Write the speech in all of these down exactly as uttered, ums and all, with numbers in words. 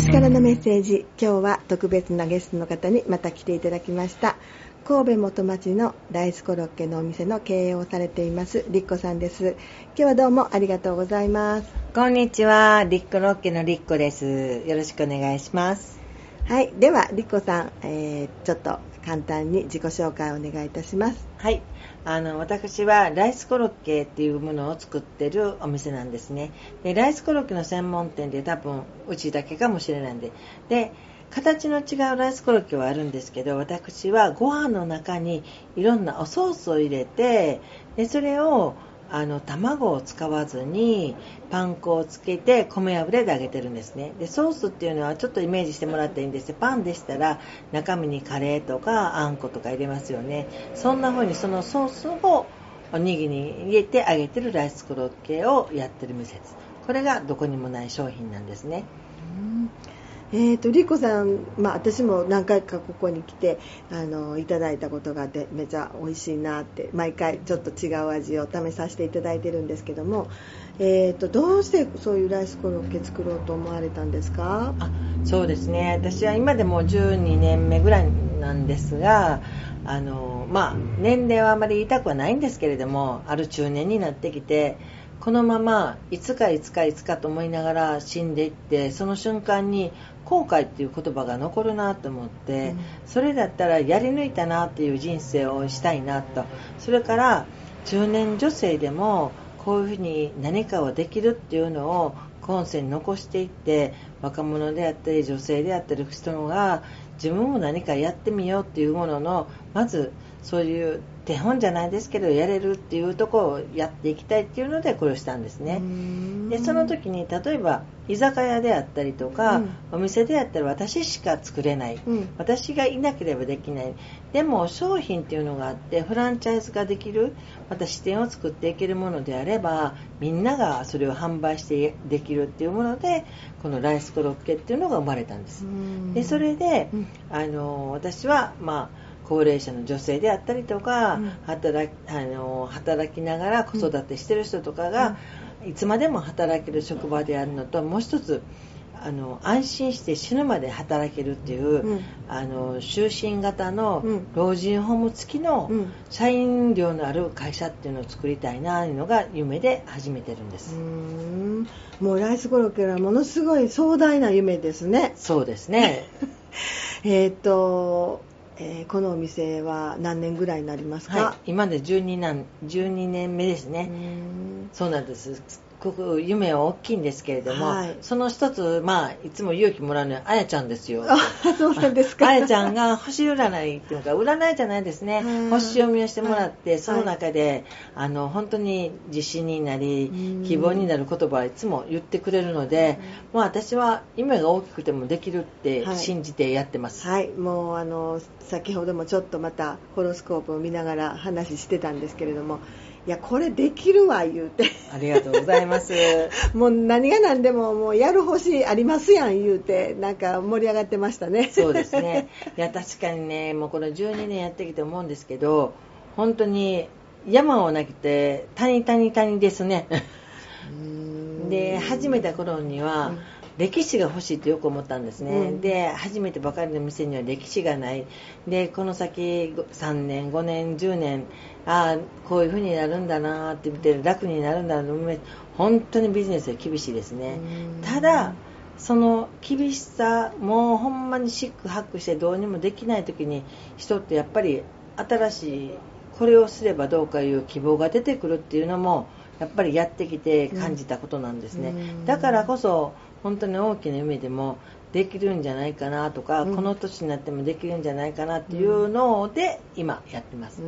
主からのメッセージ。今日は特別なゲストの方にまた来ていただきました。神戸元町のライスコロッケのお店の経営をされていますリッコさんです。今日はどうもありがとうございます。 こんにちは、リッコロッケのリッコです。よろしくお願いします。 はい、ではリッコさん、えー、ちょっと簡単に自己紹介をお願いいたします。 はい、あの私はライスコロッケっていうものを作ってるお店なんですね。でライスコロッケの専門店で多分うちだけかもしれないんで、で形の違うライスコロッケはあるんですけど、私はご飯の中にいろんなおソースを入れて、でそれをあの卵を使わずにパン粉をつけて米油で揚げてるんですね。でソースっていうのはちょっとイメージしてもらっていいんですよ。パンでしたら中身にカレーとかあんことか入れますよね。そんな風にそのソースをおにぎりに入れて揚げてるライスコロッケをやってる店です。これがどこにもない商品なんですね。 うんえーと、リコさん、まあ、私も何回かここに来てあのいただいたことがあって、めちゃ美味しいなって毎回ちょっと違う味を試させていただいてるんですけども、えーと、どうしてそういうライスコロッケ作ろうと思われたんですか？ あ、そうですね、私は今でもじゅうにねんめぐらいなんですが、あの、まあ、年齢はあまり言いたくはないんですけれども、ある中年になってきて、このままいつかいつかいつかと思いながら死んでいって、その瞬間に後悔っていう言葉が残るなと思って、うん、それだったらやり抜いたなっていう人生をしたいなと。それから中年女性でもこういうふうに何かをできるっていうのを今世に残していって、若者であったり女性であったり人が自分も何かやってみようっていうものの、まずそういう手本じゃないですけどやれるっていうところをやっていきたいっていうのでこれをしたんですね。でその時に例えば居酒屋であったりとか、うん、お店であったら私しか作れない、うん、私がいなければできない。でも商品っていうのがあってフランチャイズができる、また支店を作っていけるものであればみんながそれを販売してできるっていうもので、このライスコロッケっていうのが生まれたんです。でそれで、うん、あの私はまあ高齢者の女性であったりとか、うん、働, あの働きながら子育てしてる人とかが、うん、いつまでも働ける職場であるのと、もう一つあの安心して死ぬまで働けるっていう、うん、あの終身型の老人ホーム付きの社員寮のある会社っていうのを作りたいなというのが夢で始めてるんです。 うーん、もうライスコロッケはものすごい壮大な夢ですね。 そうですねえっとえー、このお店は何年ぐらいになりますか？ はい、今でじゅうにねんめですね。そうなんです。ここ夢は大きいんですけれども、はい、その一つ、まあ、いつも勇気もらうのはあやちゃんですよ。 あ、そうなんですか。 あやちゃんが星占いっていうか占いじゃないですね、星読みをしてもらって、はい、その中であの本当に自信になり希望になる言葉はいつも言ってくれるので、まあ、私は夢が大きくてもできるって信じてやってます。 はい、はい、もうあの先ほどもちょっとまたホロスコープを見ながら話してたんですけれども、いやこれできるわ言うてありがとうございますもう何が何でももうやる星ありますやん言うて、なんか盛り上がってましたね。 そうですね。いや確かにね、もうこのじゅうにねんやってきて思うんですけど、本当に山を投げて谷谷谷ですね。うーんで始めた頃には、うん、歴史が欲しいってよく思ったんですね、うん、で初めてばかりの店には歴史がない。でこの先さんねんごねんじゅうねん、ああこういう風になるんだなって見て楽になるんだな、本当にビジネスは厳しいですね。ただその厳しさもほんまにシックハックしてどうにもできない時に、人ってやっぱり新しいこれをすればどうかいう希望が出てくるっていうのもやっぱりやってきて感じたことなんですね。だからこそ本当に大きな夢でもできるんじゃないかなとか、うん、この年になってもできるんじゃないかなっていうので今やってます。うん、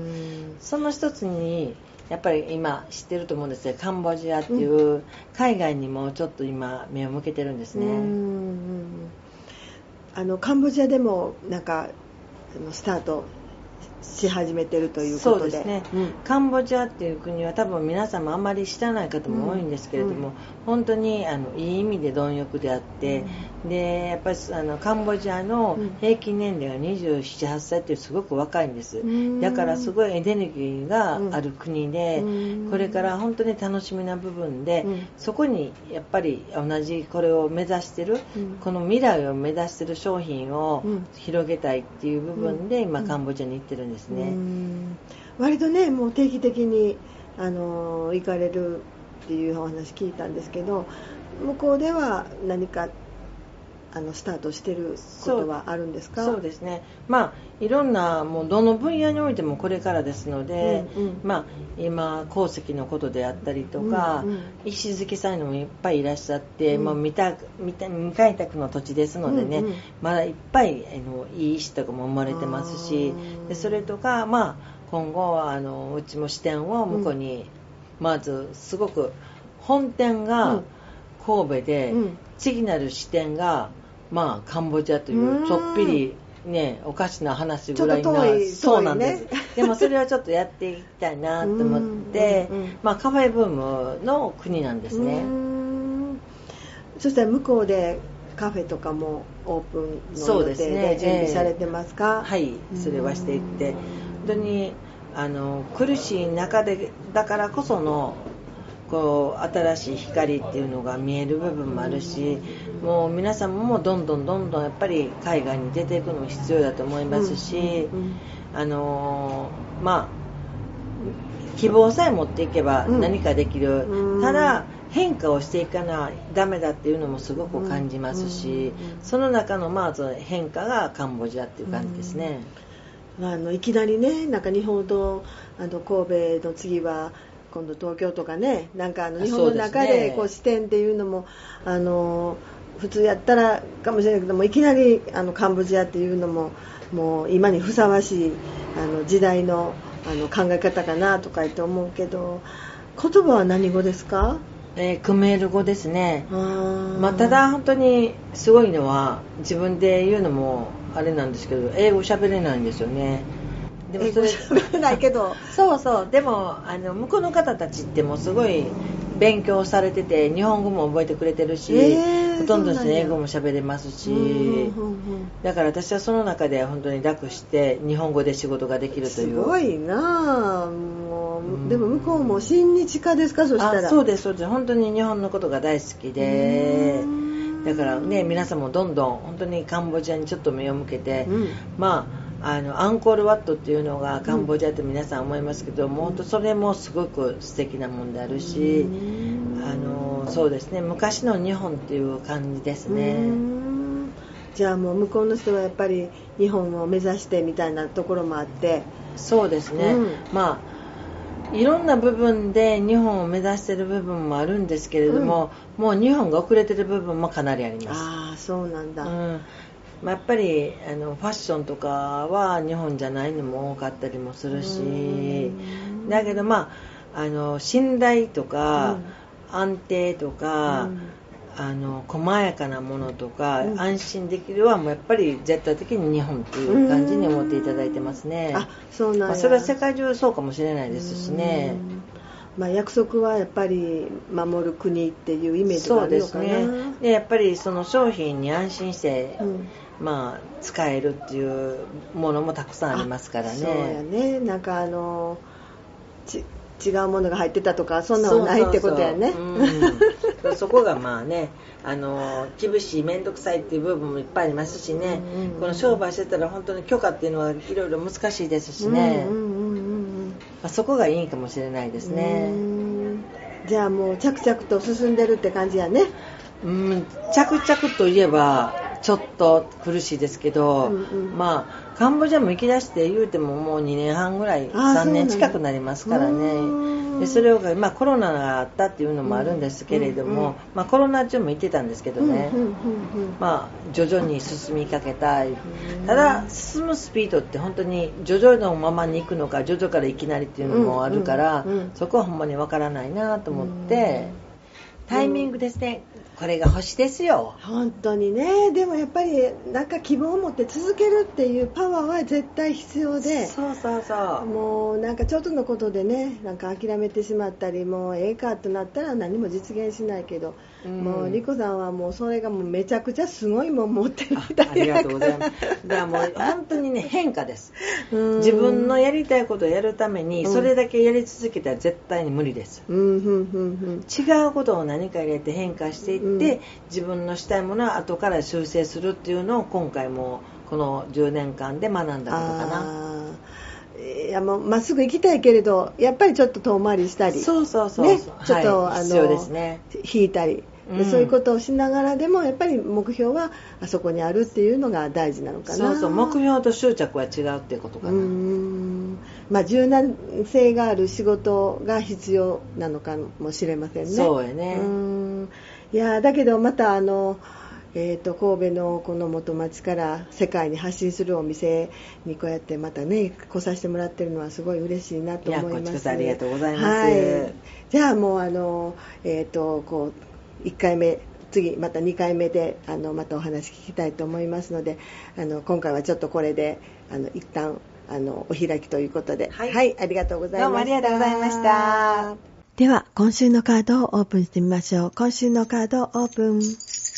その一つにやっぱり今知ってると思うんですけど、カンボジアっていう海外にもちょっと今目を向けてるんですね。うん、 あのカンボジアでもなんかスタートし始めてるということで。 そうですね、 うん、 カンボジアっていう国は多分皆さんもあんまり知らない方も多いんですけれども、うんうん、本当にあのいい意味で貪欲であって、うん、でやっぱりあのカンボジアの平均年齢がにじゅうなな、はっさいっていうすごく若いんです、うん、だからすごいエネルギーがある国で、うん、これから本当に楽しみな部分で、うん、そこにやっぱり同じこれを目指してる、うん、この未来を目指してる商品を広げたいっていう部分で今カンボジアに行ってるんですね。うん、 割とねもう定期的にあの行かれるっていうお話聞いたんですけど、向こうでは何かあのスタートしてることはあるんですか？ そう、そうですね、まあいろんなもうどの分野においてもこれからですので、うんうん、まあ今鉱石のことであったりとか、うんうん、石好きさんもいっぱいいらっしゃって、うん、もう未た未た未開拓の土地ですのでね、うんうん、まだいっぱいあのいい石とかも生まれてますし、でそれとかまあ今後はあのうちも支店を向こうに、うん、まずすごく本店が神戸で、うん、次なる支店がまあカンボジアというちょっぴりねおかしな話ぐらいな、そうなんです、ね、でもそれはちょっとやっていきたいなと思ってまあカフェブームの国なんですね。うーん、 そしたら向こうでカフェとかもオープンの予定で準備されてますか？ そうですね、えー、はい、それはしていって本当にあの苦しい中でだからこそのこう新しい光っていうのが見える部分もあるし、もう皆さんもどんどんどんどんやっぱり海外に出ていくのも必要だと思いますし、あのまあ希望さえ持っていけば何かできる、ただ変化をしていかないとダメだっていうのもすごく感じますし、その中のまず変化がカンボジアっていう感じですね。 あのいきなりね、なんか日本とあの神戸の次は今度東京とかね、なんかあの日本の中でこう支店っていうのもあの普通やったらかもしれないけども、いきなりあのカンボジアっていうのももう今にふさわしいあの時代のあの考え方かなとか言って思うけど、言葉は何語ですか？ えー、クメール語ですね。あ、まあ、ただ本当にすごいのは自分で言うのもあれなんですけど、英語喋れないんですよね。 でもそれ喋れないけどそうそう、でもあの向こうの方たちってもうすごい勉強されてて日本語も覚えてくれてるし、えー、ほとんどの英語も喋れますし、うんうんうんうん、だから私はその中で本当に楽して日本語で仕事ができるという。 すごいなあ、もう、うん、でも向こうも親日家ですか？そしたら。 あ、そうですそうです、本当に日本のことが大好きで、だからね皆さんもどんどん本当にカンボジアにちょっと目を向けて、うん、まああのアンコールワットっていうのがカンボジアって皆さん思いますけど、うん、もう本当それもすごく素敵なもんであるし、うん、あのそうですね、昔の日本っていう感じですね。うん、 じゃあもう向こうの人はやっぱり日本を目指してみたいなところもあって。 そうですね、うん、まあいろんな部分で日本を目指している部分もあるんですけれども、うん、もう日本が遅れている部分もかなりあります。 ああ、そうなんだ。うん、 まあ、やっぱりあのファッションとかは日本じゃないのも多かったりもするし、だけどまああの信頼とか、うん、安定とか、うん、あの細やかなものとか、うん、安心できるはもうやっぱり絶対的に日本っていう感じに思っていただいてますね。 あ、そうなんや。 まあ、それは世界中そうかもしれないですしね。 まあ、約束はやっぱり守る国っていうイメージがあるのかな。そうですね。 でやっぱりその商品に安心して、うんまあ、使えるっていうものもたくさんありますからね。 そうやね。なんかあのち違うものが入ってたとかそんなのないってことやね。 そうそうそう、うん、そこがまあね、あの厳しい面倒くさいっていう部分もいっぱいありますしね、うんうんうん、この商売してたら本当に許可っていうのはいろいろ難しいですしね、うんうんうんうんまあ、そこがいいかもしれないですね。うん、じゃあもう着々と進んでるって感じやね。 うん、着々といえばちょっと苦しいですけど、うんうん、まあカンボジアも行き出して言うてももうにねんはんぐらいさんねん近くなりますからね。でそれを、まあ、コロナがあったっていうのもあるんですけれども、うんうんうんまあ、コロナ中も行ってたんですけどね、うんうんうんうんまあ、徐々に進みかけたい。ただ進むスピードって本当に徐々のままに行くのか徐々からいきなりっていうのもあるから、うんうんうん、そこはほんまにわからないなと思って、 タイミングですね、うん、これが星ですよ。 本当にね。でもやっぱりなんか希望を持って続けるっていうパワーは絶対必要で、 そうそうそう、 もうなんかちょっとのことでね、なんか諦めてしまったり、もうええかとなったら何も実現しないけど、うん、もうリコさんはもうそれがもうめちゃくちゃすごいもん持ってるみたいな。 あ, ありがとうございます。だからもう本当にね、変化です。自分のやりたいことをやるためにそれだけやり続けたら絶対に無理です、うんうんうんうん、違うことを何か入れて変化していって、うん、自分のしたいものは後から修正するっていうのを今回もこのじゅうねんかんで学んだことかな。 いやもうまっすぐ行きたいけれどやっぱりちょっと遠回りしたり、 そうそうそう、 ね、ちょっと、 はい、 あの必要ですね、 引いたりで、うん、そういうことをしながらでもやっぱり目標はあそこにあるっていうのが大事なのかな。 そうそう、目標と執着は違うっていうことかな。うーん、まあ、柔軟性がある仕事が必要なのかもしれませんね。 そうやね。 うーん、いやだけどまたあのえー、と神戸のこの元町から世界に発信するお店にこうやってまたね来させてもらってるのはすごい嬉しいなと思います。 いや、こっちこそありがとうございます、 はい、じゃあもうあの、えー、とこういっかいめ次またにかいめであのまたお話聞きたいと思いますので、あの今回はちょっとこれであの一旦あのお開きということで、はい、はい、ありがとうございました。 どうもありがとうございました。 では今週のカードをオープンしてみましょう。今週のカードオープン。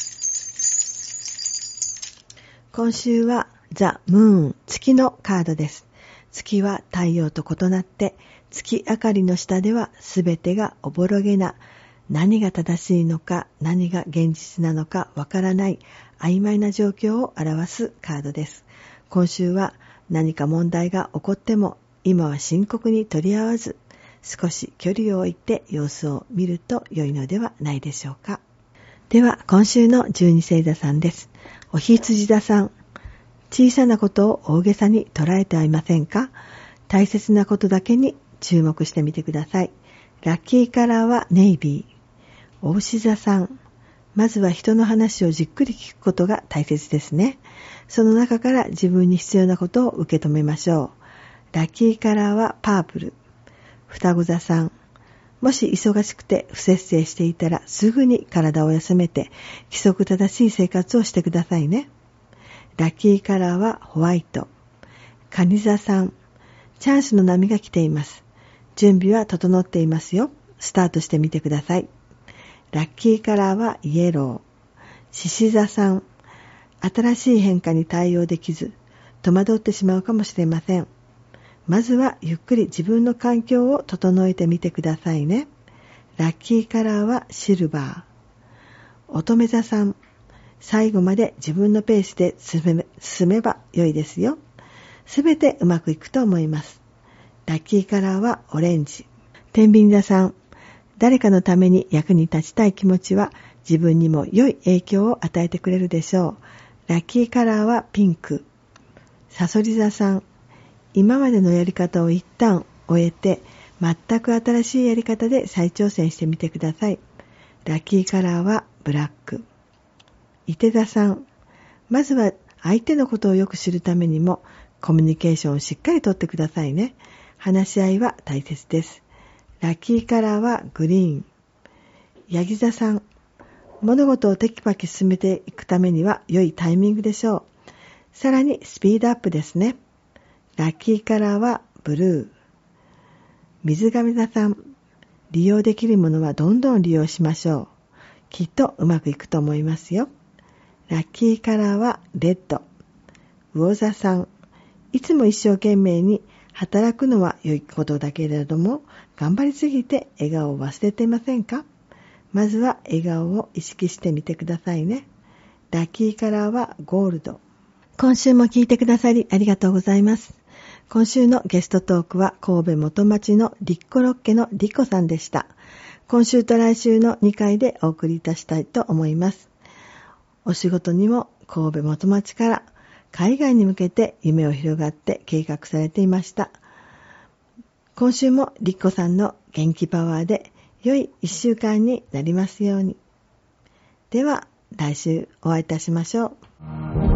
今週はザ・ムーン、月のカードです。月は太陽と異なって、月明かりの下ではすべてがおぼろげな、何が正しいのか何が現実なのかわからない曖昧な状況を表すカードです。今週は何か問題が起こっても今は深刻に取り合わず、少し距離を置いて様子を見ると良いのではないでしょうか。では今週の十二星座さんです。お羊座さん、小さなことを大げさに捉えてはいませんか？大切なことだけに注目してみてください。ラッキーカラーはネイビー。お牛座さん、まずは人の話をじっくり聞くことが大切ですね。その中から自分に必要なことを受け止めましょう。ラッキーカラーはパープル。双子座さん、もし忙しくて不節制していたらすぐに体を休めて規則正しい生活をしてくださいね。ラッキーカラーはホワイト。蟹座さん、チャンスの波が来ています。準備は整っていますよ。スタートしてみてください。ラッキーカラーはイエロー。獅子座さん、新しい変化に対応できず戸惑ってしまうかもしれません。まずはゆっくり自分の環境を整えてみてくださいね。ラッキーカラーはシルバー。乙女座さん、最後まで自分のペースで進め、進めば良いですよ。すべてうまくいくと思います。ラッキーカラーはオレンジ。天秤座さん、誰かのために役に立ちたい気持ちは自分にも良い影響を与えてくれるでしょう。ラッキーカラーはピンク。さそり座さん、今までのやり方を一旦終えて全く新しいやり方で再挑戦してみてください。ラッキーカラーはブラック。いて座さん、まずは相手のことをよく知るためにもコミュニケーションをしっかりとってくださいね。話し合いは大切です。ラッキーカラーはグリーン。ヤギ座さん、物事をテキパキ進めていくためには良いタイミングでしょう。さらにスピードアップですね。ラッキーカラーはブルー。水亀座さん、利用できるものはどんどん利用しましょう。きっとうまくいくと思いますよ。ラッキーカラーはレッド。魚座さん、いつも一生懸命に働くのは良いことだけれども、頑張りすぎて笑顔を忘れていませんか？まずは笑顔を意識してみてくださいね。ラッキーカラーはゴールド。今週も聞いてくださりありがとうございます。今週のゲストトークは神戸元町のリッコロッケのリコさんでした。今週と来週のにかいでお送りいたしたいと思います。お仕事にも神戸元町から海外に向けて夢を広がって計画されていました。今週もリッコさんの元気パワーで良いいっしゅうかんになりますように。では来週お会いいたしましょう。